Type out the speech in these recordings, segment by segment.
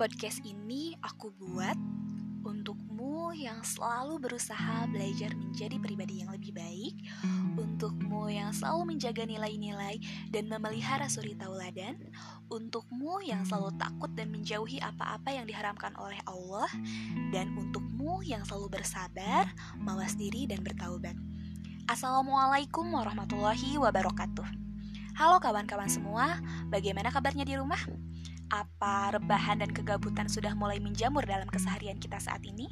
Podcast ini aku buat untukmu yang selalu berusaha belajar menjadi pribadi yang lebih baik, untukmu yang selalu menjaga nilai-nilai dan memelihara suri tauladan, untukmu yang selalu takut dan menjauhi apa-apa yang diharamkan oleh Allah, dan untukmu yang selalu bersabar, mawas diri dan bertaubat. Assalamualaikum warahmatullahi wabarakatuh. Halo kawan-kawan semua, bagaimana kabarnya di rumah? Apa rebahan dan kegabutan sudah mulai menjamur dalam keseharian kita saat ini?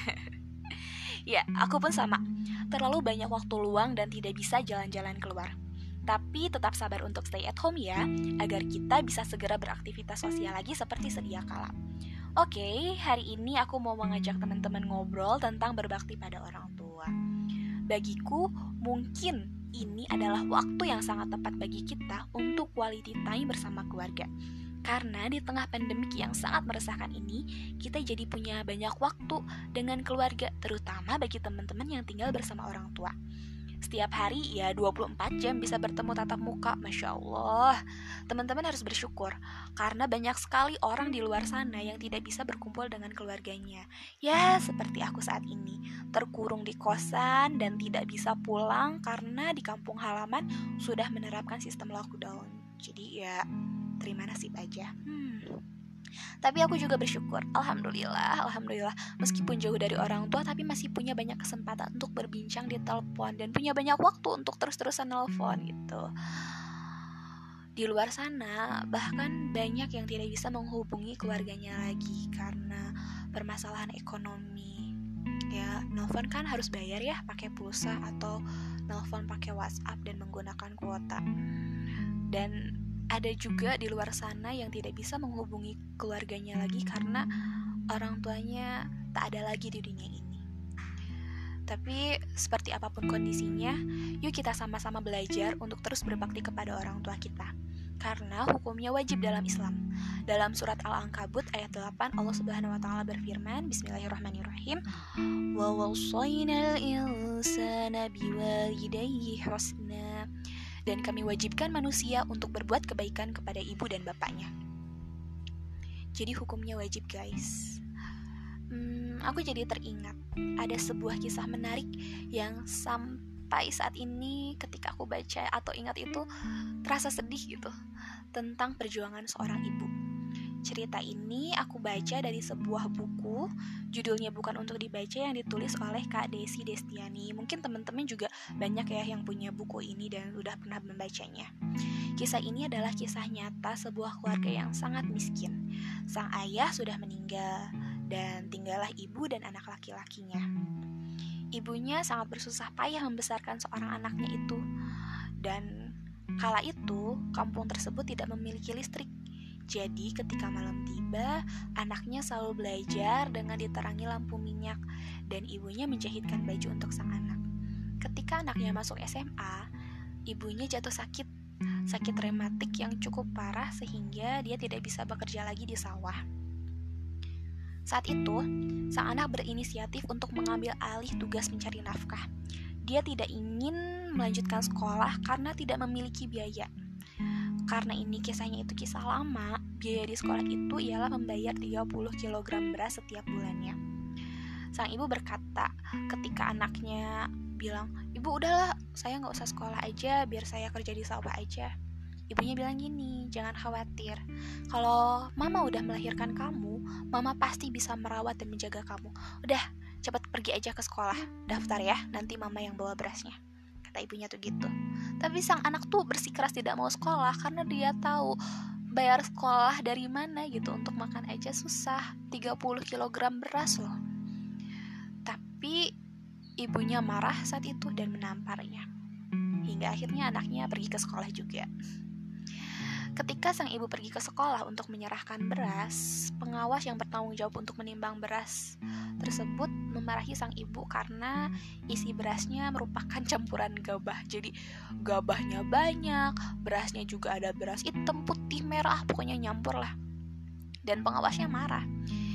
Ya, aku pun sama. Terlalu banyak waktu luang dan tidak bisa jalan-jalan keluar. Tapi tetap sabar untuk stay at home ya, agar kita bisa segera beraktivitas sosial lagi seperti sedia kala. Oke, hari ini aku mau mengajak teman-teman ngobrol tentang berbakti pada orang tua. Bagiku, mungkin ini adalah waktu yang sangat tepat bagi kita untuk quality time bersama keluarga. Karena di tengah pandemik yang sangat meresahkan ini, kita jadi punya banyak waktu dengan keluarga, terutama bagi teman-teman yang tinggal bersama orang tua. Setiap hari ya 24 jam bisa bertemu tatap muka, Masya Allah. Teman-teman harus bersyukur, karena banyak sekali orang di luar sana yang tidak bisa berkumpul dengan keluarganya. Ya, seperti aku saat ini, terkurung di kosan dan tidak bisa pulang karena di kampung halaman sudah menerapkan sistem lockdown. Jadi ya terima nasib aja. Tapi aku juga bersyukur, alhamdulillah, meskipun jauh dari orang tua tapi masih punya banyak kesempatan untuk berbincang di telepon dan punya banyak waktu untuk terus-terusan nelpon gitu. Di luar sana bahkan banyak yang tidak bisa menghubungi keluarganya lagi karena permasalahan ekonomi. Ya, nelpon kan harus bayar ya, pakai pulsa atau nelpon pakai WhatsApp dan menggunakan kuota. Dan ada juga di luar sana yang tidak bisa menghubungi keluarganya lagi karena orang tuanya tak ada lagi di dunia ini. Tapi seperti apapun kondisinya, yuk kita sama-sama belajar untuk terus berbakti kepada orang tua kita. Karena hukumnya wajib dalam Islam. Dalam surat Al-Ankabut ayat 8, Allah Subhanahu wa taala berfirman, Bismillahirrahmanirrahim, wa wassaynal insana biwalidayhi husna. Dan kami wajibkan manusia untuk berbuat kebaikan kepada ibu dan bapaknya. Jadi hukumnya wajib, guys. Aku jadi teringat ada sebuah kisah menarik yang sampai saat ini ketika aku baca atau ingat itu terasa sedih gitu, tentang perjuangan seorang ibu. Cerita ini aku baca dari sebuah buku, judulnya Bukan Untuk Dibaca, yang ditulis oleh Kak Desi Destiani. Mungkin teman-teman juga banyak ya yang punya buku ini dan udah pernah membacanya. Kisah ini adalah kisah nyata sebuah keluarga yang sangat miskin. Sang ayah sudah meninggal dan tinggallah ibu dan anak laki-lakinya. Ibunya sangat bersusah payah membesarkan seorang anaknya itu. Dan kala itu, kampung tersebut tidak memiliki listrik. Jadi ketika malam tiba, anaknya selalu belajar dengan diterangi lampu minyak dan ibunya menjahitkan baju untuk sang anak. Ketika anaknya masuk SMA, ibunya jatuh sakit rematik yang cukup parah sehingga dia tidak bisa bekerja lagi di sawah. Saat itu, sang anak berinisiatif untuk mengambil alih tugas mencari nafkah. Dia tidak ingin melanjutkan sekolah karena tidak memiliki biaya. Karena ini kisahnya itu kisah lama, biaya di sekolah itu ialah membayar 30 kg beras setiap bulannya. Sang ibu berkata ketika anaknya bilang, "Ibu udahlah, saya gak usah sekolah aja, biar saya kerja di sawah aja." Ibunya bilang gini, "Jangan khawatir, kalau mama udah melahirkan kamu, mama pasti bisa merawat dan menjaga kamu. Udah, cepat pergi aja ke sekolah, daftar ya, nanti mama yang bawa berasnya." Kata ibunya tuh gitu. Tapi sang anak tuh bersikeras tidak mau sekolah karena dia tahu bayar sekolah dari mana gitu, untuk makan aja susah, 30 kg beras loh. Tapi ibunya marah saat itu dan menamparnya. Hingga akhirnya anaknya pergi ke sekolah juga. Ketika sang ibu pergi ke sekolah untuk menyerahkan beras, pengawas yang bertanggung jawab untuk menimbang beras tersebut memarahi sang ibu karena isi berasnya merupakan campuran gabah. Jadi gabahnya banyak, berasnya juga ada beras hitam, putih, merah, pokoknya nyampur lah. Dan pengawasnya marah.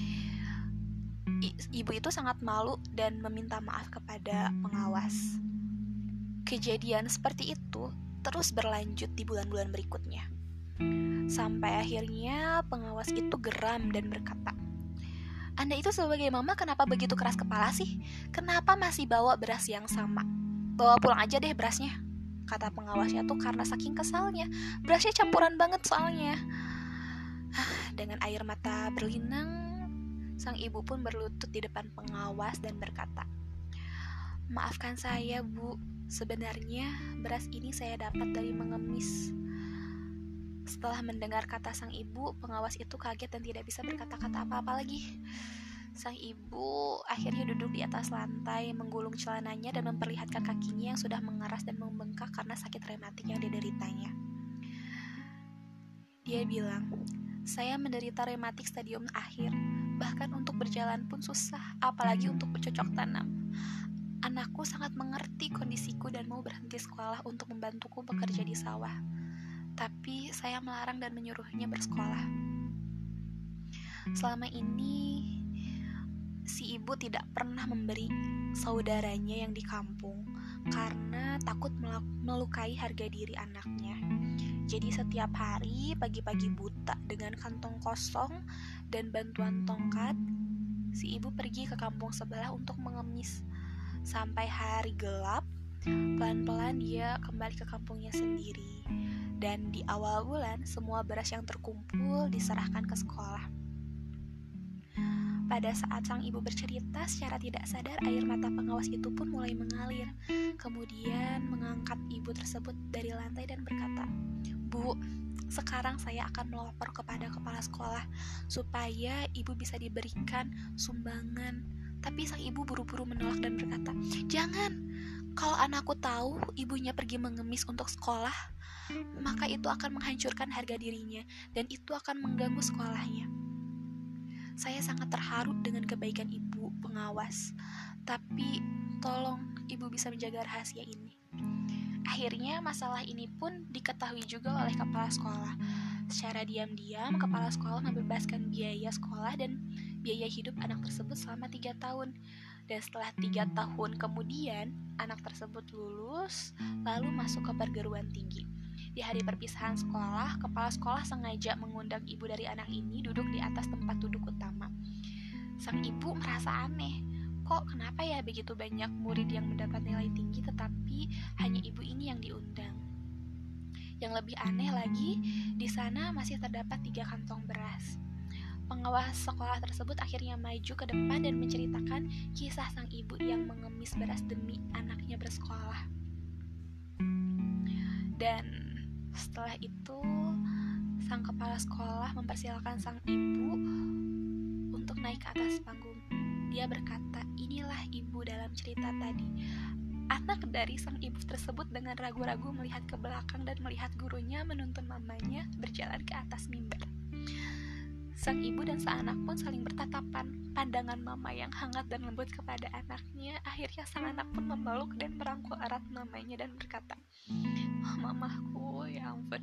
Ibu itu sangat malu dan meminta maaf kepada pengawas. Kejadian seperti itu terus berlanjut di bulan-bulan berikutnya. Sampai akhirnya pengawas itu geram dan berkata, "Anda itu sebagai mama kenapa begitu keras kepala sih? Kenapa masih bawa beras yang sama? Bawa pulang aja deh berasnya," kata pengawasnya tuh karena saking kesalnya. Berasnya campuran banget soalnya. Dengan air mata berlinang, sang ibu pun berlutut di depan pengawas dan berkata, "Maafkan saya, Bu. Sebenarnya beras ini saya dapat dari mengemis." Setelah mendengar kata sang ibu, pengawas itu kaget dan tidak bisa berkata-kata apa-apa lagi. Sang ibu akhirnya duduk di atas lantai, menggulung celananya dan memperlihatkan kakinya yang sudah mengeras dan membengkak karena sakit rematik yang dideritanya. Dia bilang, "Saya menderita rematik stadium akhir. Bahkan untuk berjalan pun susah, apalagi untuk bercocok tanam. Anakku sangat mengerti kondisiku dan mau berhenti sekolah untuk membantuku bekerja di sawah. Tapi saya melarang dan menyuruhnya bersekolah. Selama ini, si ibu tidak pernah memberi saudaranya yang di kampung karena takut melukai harga diri anaknya. Jadi setiap hari pagi-pagi buta dengan kantong kosong dan bantuan tongkat, si ibu pergi ke kampung sebelah untuk mengemis. Sampai hari gelap, pelan-pelan dia kembali ke kampungnya sendiri. Dan di awal bulan, semua beras yang terkumpul diserahkan ke sekolah. Pada saat sang ibu bercerita, secara tidak sadar air mata pengawas itu pun mulai mengalir. Kemudian mengangkat ibu tersebut dari lantai dan berkata, "Bu, sekarang saya akan melapor kepada kepala sekolah supaya ibu bisa diberikan sumbangan." Tapi sang ibu buru-buru menolak dan berkata, "Jangan, kalau anakku tahu ibunya pergi mengemis untuk sekolah, maka itu akan menghancurkan harga dirinya dan itu akan mengganggu sekolahnya. Saya sangat terharu dengan kebaikan ibu pengawas, tapi tolong ibu bisa menjaga rahasia ini." Akhirnya masalah ini pun diketahui juga oleh kepala sekolah. Secara diam-diam, kepala sekolah membebaskan biaya sekolah dan biaya hidup anak tersebut selama 3 tahun. Dan setelah 3 tahun kemudian, anak tersebut lulus, lalu masuk ke perguruan tinggi. Di hari perpisahan sekolah, kepala sekolah sengaja mengundang ibu dari anak ini duduk di atas tempat duduk utama. Sang ibu merasa aneh. Kok kenapa ya begitu banyak murid yang mendapat nilai tinggi tetapi hanya ibu ini yang diundang? Yang lebih aneh lagi, di sana masih terdapat 3 kantong beras. Pengawas sekolah tersebut akhirnya maju ke depan dan menceritakan kisah sang ibu yang mengemis beras demi anaknya bersekolah. Dan setelah itu, sang kepala sekolah mempersilakan sang ibu untuk naik ke atas panggung. Dia berkata, "Inilah ibu dalam cerita tadi." Anak dari sang ibu tersebut dengan ragu-ragu melihat ke belakang dan melihat gurunya menuntun mamanya berjalan ke atas mimbar. Sang ibu dan sang anak pun saling bertatapan. Pandangan mama yang hangat dan lembut kepada anaknya. Akhirnya sang anak pun memeluk dan merangkul erat mamanya dan berkata, "Oh, mamaku, ya ampun."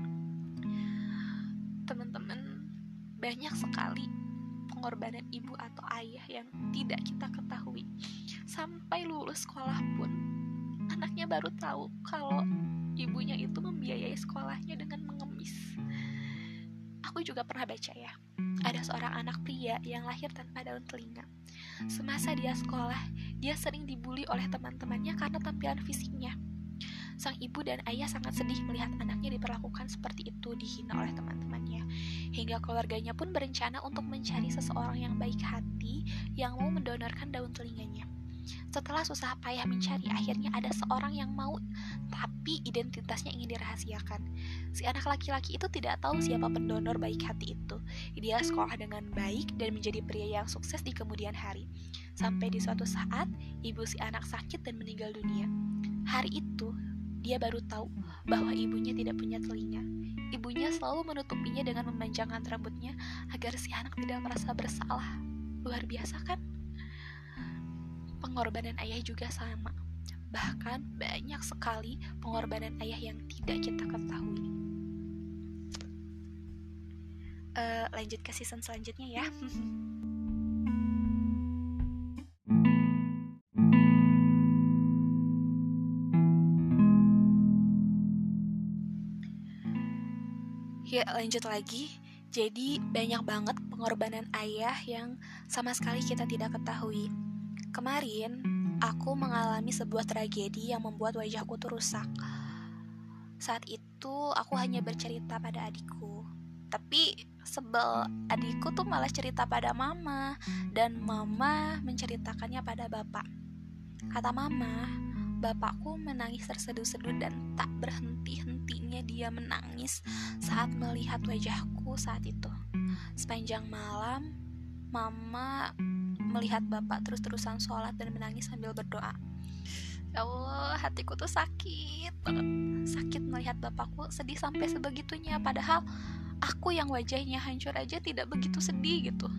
Teman-teman, banyak sekali pengorbanan ibu atau ayah yang tidak kita ketahui. Sampai lulus sekolah pun, anaknya baru tahu kalau ibunya itu membiayai sekolahnya dengan mengemis. Aku juga pernah baca ya, ada seorang anak pria yang lahir tanpa daun telinga. Semasa dia sekolah, dia sering dibully oleh teman-temannya karena tampilan fisiknya. Sang ibu dan ayah sangat sedih melihat anaknya diperlakukan seperti itu, dihina oleh teman-temannya. Hingga keluarganya pun berencana untuk mencari seseorang yang baik hati yang mau mendonorkan daun telinganya. Setelah susah payah mencari, akhirnya ada seorang yang mau, tapi identitasnya ingin dirahasiakan. Si anak laki-laki itu tidak tahu siapa pendonor baik hati itu. Dia sekolah dengan baik dan menjadi pria yang sukses di kemudian hari. Sampai di suatu saat, ibu si anak sakit dan meninggal dunia. Hari itu, dia baru tahu bahwa ibunya tidak punya telinga. Ibunya selalu menutupinya dengan memanjangkan rambutnya agar si anak tidak merasa bersalah. Luar biasa kan? Pengorbanan ayah juga sama. Bahkan banyak sekali pengorbanan ayah yang tidak kita ketahui. Lanjut ke season selanjutnya ya. Ya, lanjut lagi. Jadi banyak banget pengorbanan ayah yang sama sekali kita tidak ketahui. Kemarin aku mengalami sebuah tragedi yang membuat wajahku tuh rusak. Saat itu aku hanya bercerita pada adikku. Tapi sebel, adikku tuh malah cerita pada mama, dan mama menceritakannya pada bapak. Kata mama, bapakku menangis terseduh-seduh dan tak berhenti-hentinya dia menangis saat melihat wajahku saat itu. Sepanjang malam, mama melihat bapak terus-terusan sholat dan menangis sambil berdoa. Ya Allah, hatiku tuh sakit banget. Sakit melihat bapakku sedih sampai sebegitunya, padahal aku yang wajahnya hancur aja tidak begitu sedih gitu.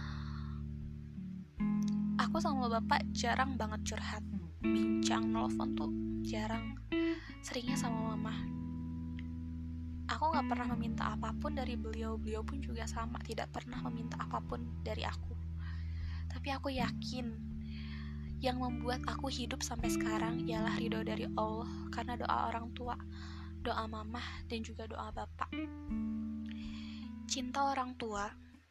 Aku sama bapak jarang banget curhat, bincang, nelfon tuh jarang. Seringnya sama mama. Aku gak pernah meminta apapun dari beliau pun juga sama, tidak pernah meminta apapun dari aku. Tapi aku yakin yang membuat aku hidup sampai sekarang ialah ridho dari Allah, karena doa orang tua, doa mamah, dan juga doa bapak. Cinta orang tua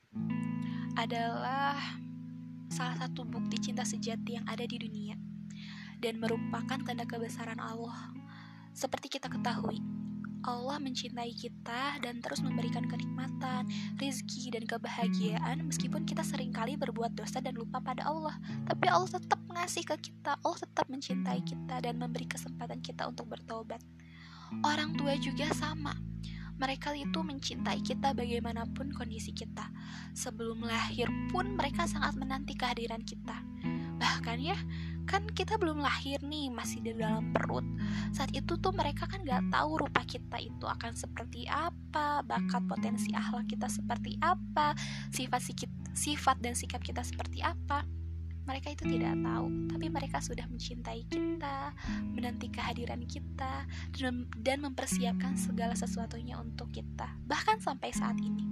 adalah salah satu bukti cinta sejati yang ada di dunia dan merupakan tanda kebesaran Allah. Seperti kita ketahui, Allah mencintai kita dan terus memberikan kenikmatan, rizki, dan kebahagiaan meskipun kita seringkali berbuat dosa dan lupa pada Allah. Tapi Allah tetap ngasih ke kita, Allah tetap mencintai kita dan memberi kesempatan kita untuk bertobat. Orang tua juga sama. Mereka itu mencintai kita bagaimanapun kondisi kita. Sebelum lahir pun mereka sangat menanti kehadiran kita. Bahkan ya, kan kita belum lahir nih, masih di dalam perut. Saat itu tuh mereka kan gak tahu rupa kita itu akan seperti apa, bakat potensi akhlak kita seperti apa, sifat dan sikap kita seperti apa. Mereka itu tidak tahu, tapi mereka sudah mencintai kita, menanti kehadiran kita, dan mempersiapkan segala sesuatunya untuk kita, bahkan sampai saat ini.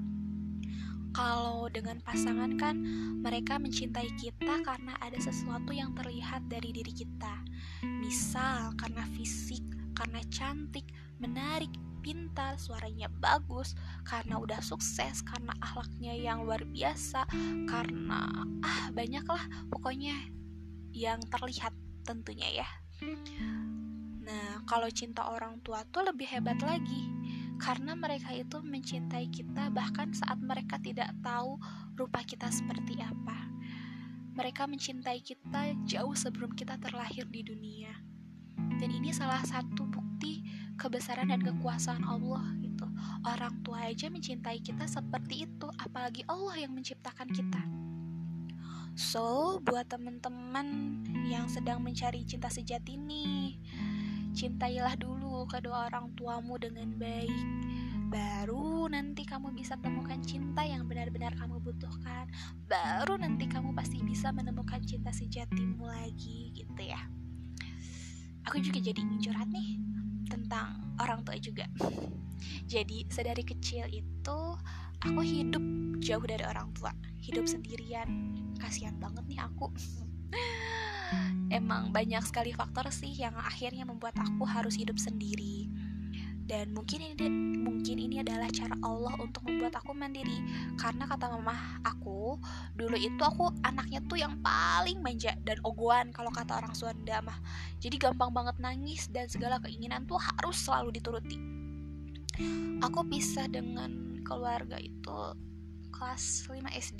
Kalau dengan pasangan kan, mereka mencintai kita karena ada sesuatu yang terlihat dari diri kita. Misal karena fisik, karena cantik, menarik, pintar, suaranya bagus, karena udah sukses, karena akhlaknya yang luar biasa, karena banyaklah pokoknya yang terlihat tentunya ya. Nah, kalau cinta orang tua tuh lebih hebat lagi, karena mereka itu mencintai kita bahkan saat mereka tidak tahu rupa kita seperti apa. Mereka mencintai kita jauh sebelum kita terlahir di dunia. Dan ini salah satu bukti kebesaran dan kekuasaan Allah gitu. Orang tua aja mencintai kita seperti itu, apalagi Allah yang menciptakan kita. So, buat teman-teman yang sedang mencari cinta sejati nih, cintailah dulu kedua orang tuamu dengan baik. Baru nanti kamu bisa temukan cinta yang benar-benar kamu butuhkan. Baru nanti kamu pasti bisa menemukan cinta sejatimu lagi gitu ya. Aku juga jadi ingin curhat nih tentang orang tua juga. Jadi sedari kecil itu aku hidup jauh dari orang tua, hidup sendirian. Kasihan banget nih aku. Emang banyak sekali faktor sih yang akhirnya membuat aku harus hidup sendiri. Dan mungkin ini adalah cara Allah untuk membuat aku mandiri. Karena kata mama aku, dulu itu aku anaknya tuh yang paling manja dan ogohan kalau kata orang Sunda mah. Jadi gampang banget nangis dan segala keinginan tuh harus selalu dituruti. Aku pisah dengan keluarga itu kelas 5 SD.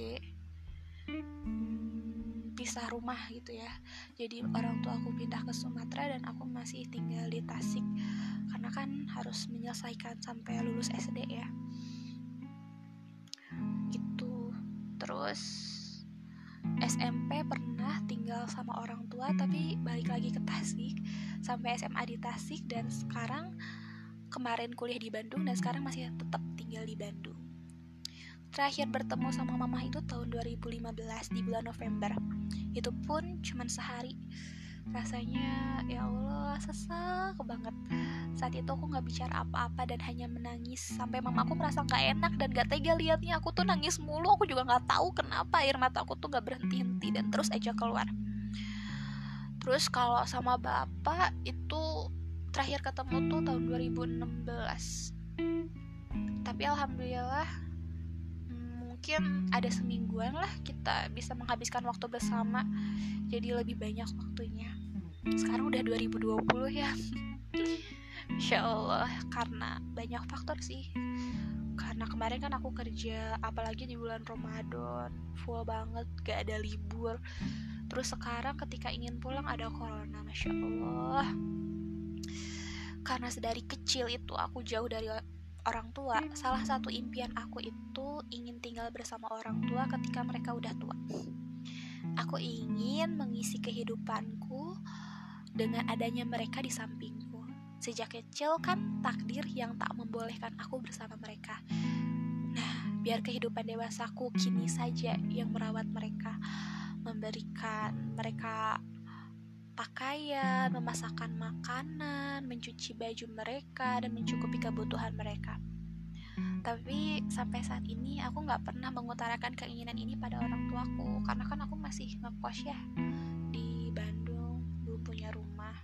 Pisah rumah gitu ya. Jadi orang tua aku pindah ke Sumatera dan aku masih tinggal di Tasik. Karena kan harus menyelesaikan sampai lulus SD ya. Gitu. Terus SMP pernah tinggal sama orang tua tapi balik lagi ke Tasik sampai SMA di Tasik, dan sekarang kemarin kuliah di Bandung dan sekarang masih tetap tinggal di Bandung. Terakhir bertemu sama mama itu tahun 2015 di bulan November. Itu pun cuman sehari. Rasanya ya Allah sesak banget. Saat itu aku gak bicara apa-apa dan hanya menangis sampai mamaku merasa gak enak dan gak tega liatnya aku tuh nangis mulu. Aku juga gak tahu kenapa air mata aku tuh gak berhenti-henti dan terus aja keluar. Terus kalau sama bapak itu terakhir ketemu tuh tahun 2016. Tapi alhamdulillah mungkin ada semingguan lah kita bisa menghabiskan waktu bersama, jadi lebih banyak waktunya. Sekarang udah 2020 ya. Insya Allah, karena banyak faktor sih. Karena kemarin kan aku kerja, apalagi di bulan Ramadan, full banget, gak ada libur. Terus sekarang ketika ingin pulang ada corona, Masya Allah. Karena sedari kecil itu aku jauh dari orang tua. Salah satu impian aku itu ingin tinggal bersama orang tua ketika mereka udah tua. Aku ingin mengisi kehidupanku dengan adanya mereka di sampingku. Sejak kecil kan takdir yang tak membolehkan aku bersama mereka. Nah, biar kehidupan dewasaku kini saja yang merawat mereka, memberikan mereka pakaian, memasakkan makanan, mencuci baju mereka, dan mencukupi kebutuhan mereka. Tapi sampai saat ini aku gak pernah mengutarakan keinginan ini pada orang tuaku, karena kan aku masih ngekos ya di Bandung, belum punya rumah.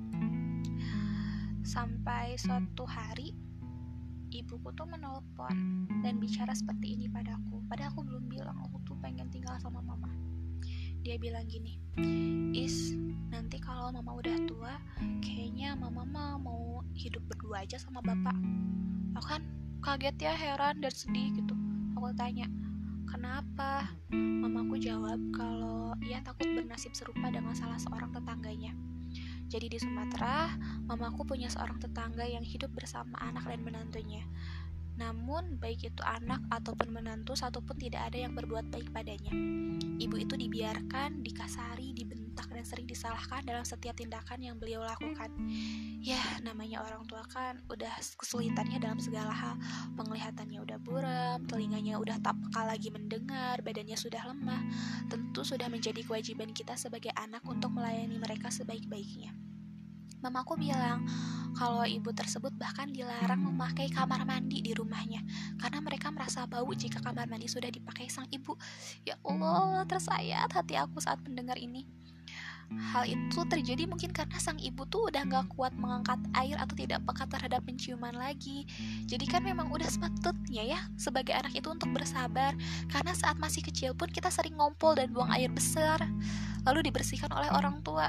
Sampai suatu hari ibuku tuh menelpon dan bicara seperti ini padaku, padahal aku belum bilang aku tuh pengen tinggal sama mama. Dia bilang gini, "Is, nanti kalau mama udah tua, kayaknya mama mau hidup berdua aja sama bapak." Aku kan kaget ya, heran dan sedih gitu. Aku tanya, "Kenapa?" Mamaku jawab kalau ia takut bernasib serupa dengan salah seorang tetangganya. Jadi di Sumatera, mamaku punya seorang tetangga yang hidup bersama anak dan menantunya. Namun, baik itu anak ataupun menantu, satupun tidak ada yang berbuat baik padanya. Ibu itu dibiarkan, dikasari, dibentak, dan sering disalahkan dalam setiap tindakan yang beliau lakukan. Ya, namanya orang tua kan udah kesulitannya dalam segala hal. Penglihatannya udah buram, telinganya udah tak peka lagi mendengar, badannya sudah lemah. Tentu sudah menjadi kewajiban kita sebagai anak untuk melayani mereka sebaik-baiknya. Mamaku bilang kalau ibu tersebut bahkan dilarang memakai kamar mandi di rumahnya karena mereka merasa bau jika kamar mandi sudah dipakai sang ibu. Ya Allah, tersayat hati aku saat mendengar ini. Hal itu terjadi mungkin karena sang ibu tuh udah gak kuat mengangkat air atau tidak peka terhadap penciuman lagi. Jadi kan memang udah sepatutnya ya sebagai anak itu untuk bersabar, karena saat masih kecil pun kita sering ngompol dan buang air besar lalu dibersihkan oleh orang tua.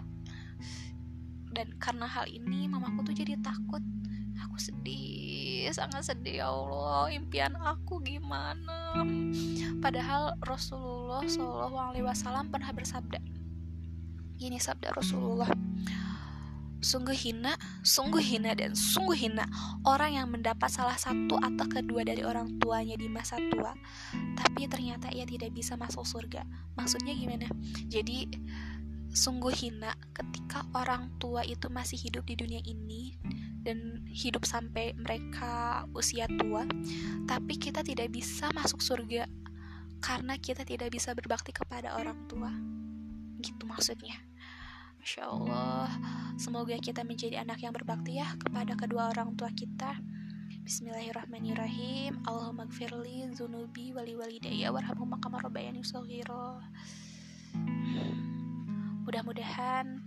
Dan karena hal ini mamaku tuh jadi takut. Aku sedih, sangat sedih. Ya Allah, impian aku gimana? Padahal Rasulullah SAW pernah bersabda, gini sabda Rasulullah, sungguh hina dan sungguh hina orang yang mendapat salah satu atau kedua dari orang tuanya di masa tua, tapi ternyata ia tidak bisa masuk surga. Maksudnya gimana? Jadi sungguh hina ketika orang tua itu masih hidup di dunia ini dan hidup sampai mereka usia tua, tapi kita tidak bisa masuk surga karena kita tidak bisa berbakti kepada orang tua. Gitu maksudnya. Masya Allah, semoga kita menjadi anak yang berbakti ya kepada kedua orang tua kita. Bismillahirrahmanirrahim. Allahumma gfirli dzunubi wali walidayya warhamhuma kama rabbayani shaghira. Mudah-mudahan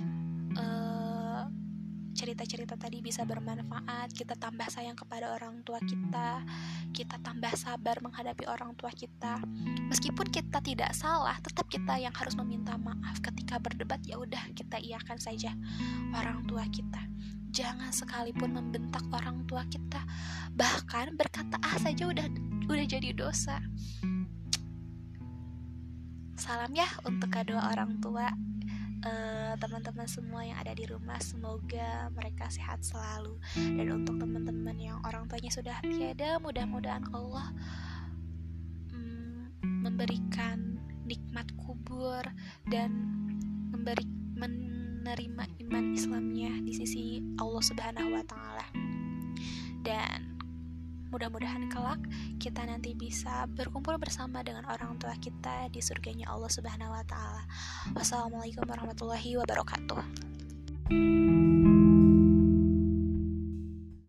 cerita-cerita tadi bisa bermanfaat. Kita tambah sayang kepada orang tua kita tambah sabar menghadapi orang tua kita. Meskipun kita tidak salah, tetap kita yang harus meminta maaf. Ketika berdebat, ya udah kita iyakan saja orang tua kita. Jangan sekalipun membentak orang tua kita. Bahkan berkata saja udah jadi dosa. Salam ya untuk kedua orang tua. Teman-teman semua yang ada di rumah, semoga mereka sehat selalu. Dan untuk teman-teman yang orang tuanya sudah tiada, mudah-mudahan Allah memberikan nikmat kubur dan menerima iman Islamnya di sisi Allah Subhanahu wa Ta'ala. Dan mudah-mudahan kelak kita nanti bisa berkumpul bersama dengan orang tua kita di surganya Allah Subhanahu wa Ta'ala. Wassalamualaikum warahmatullahi wabarakatuh.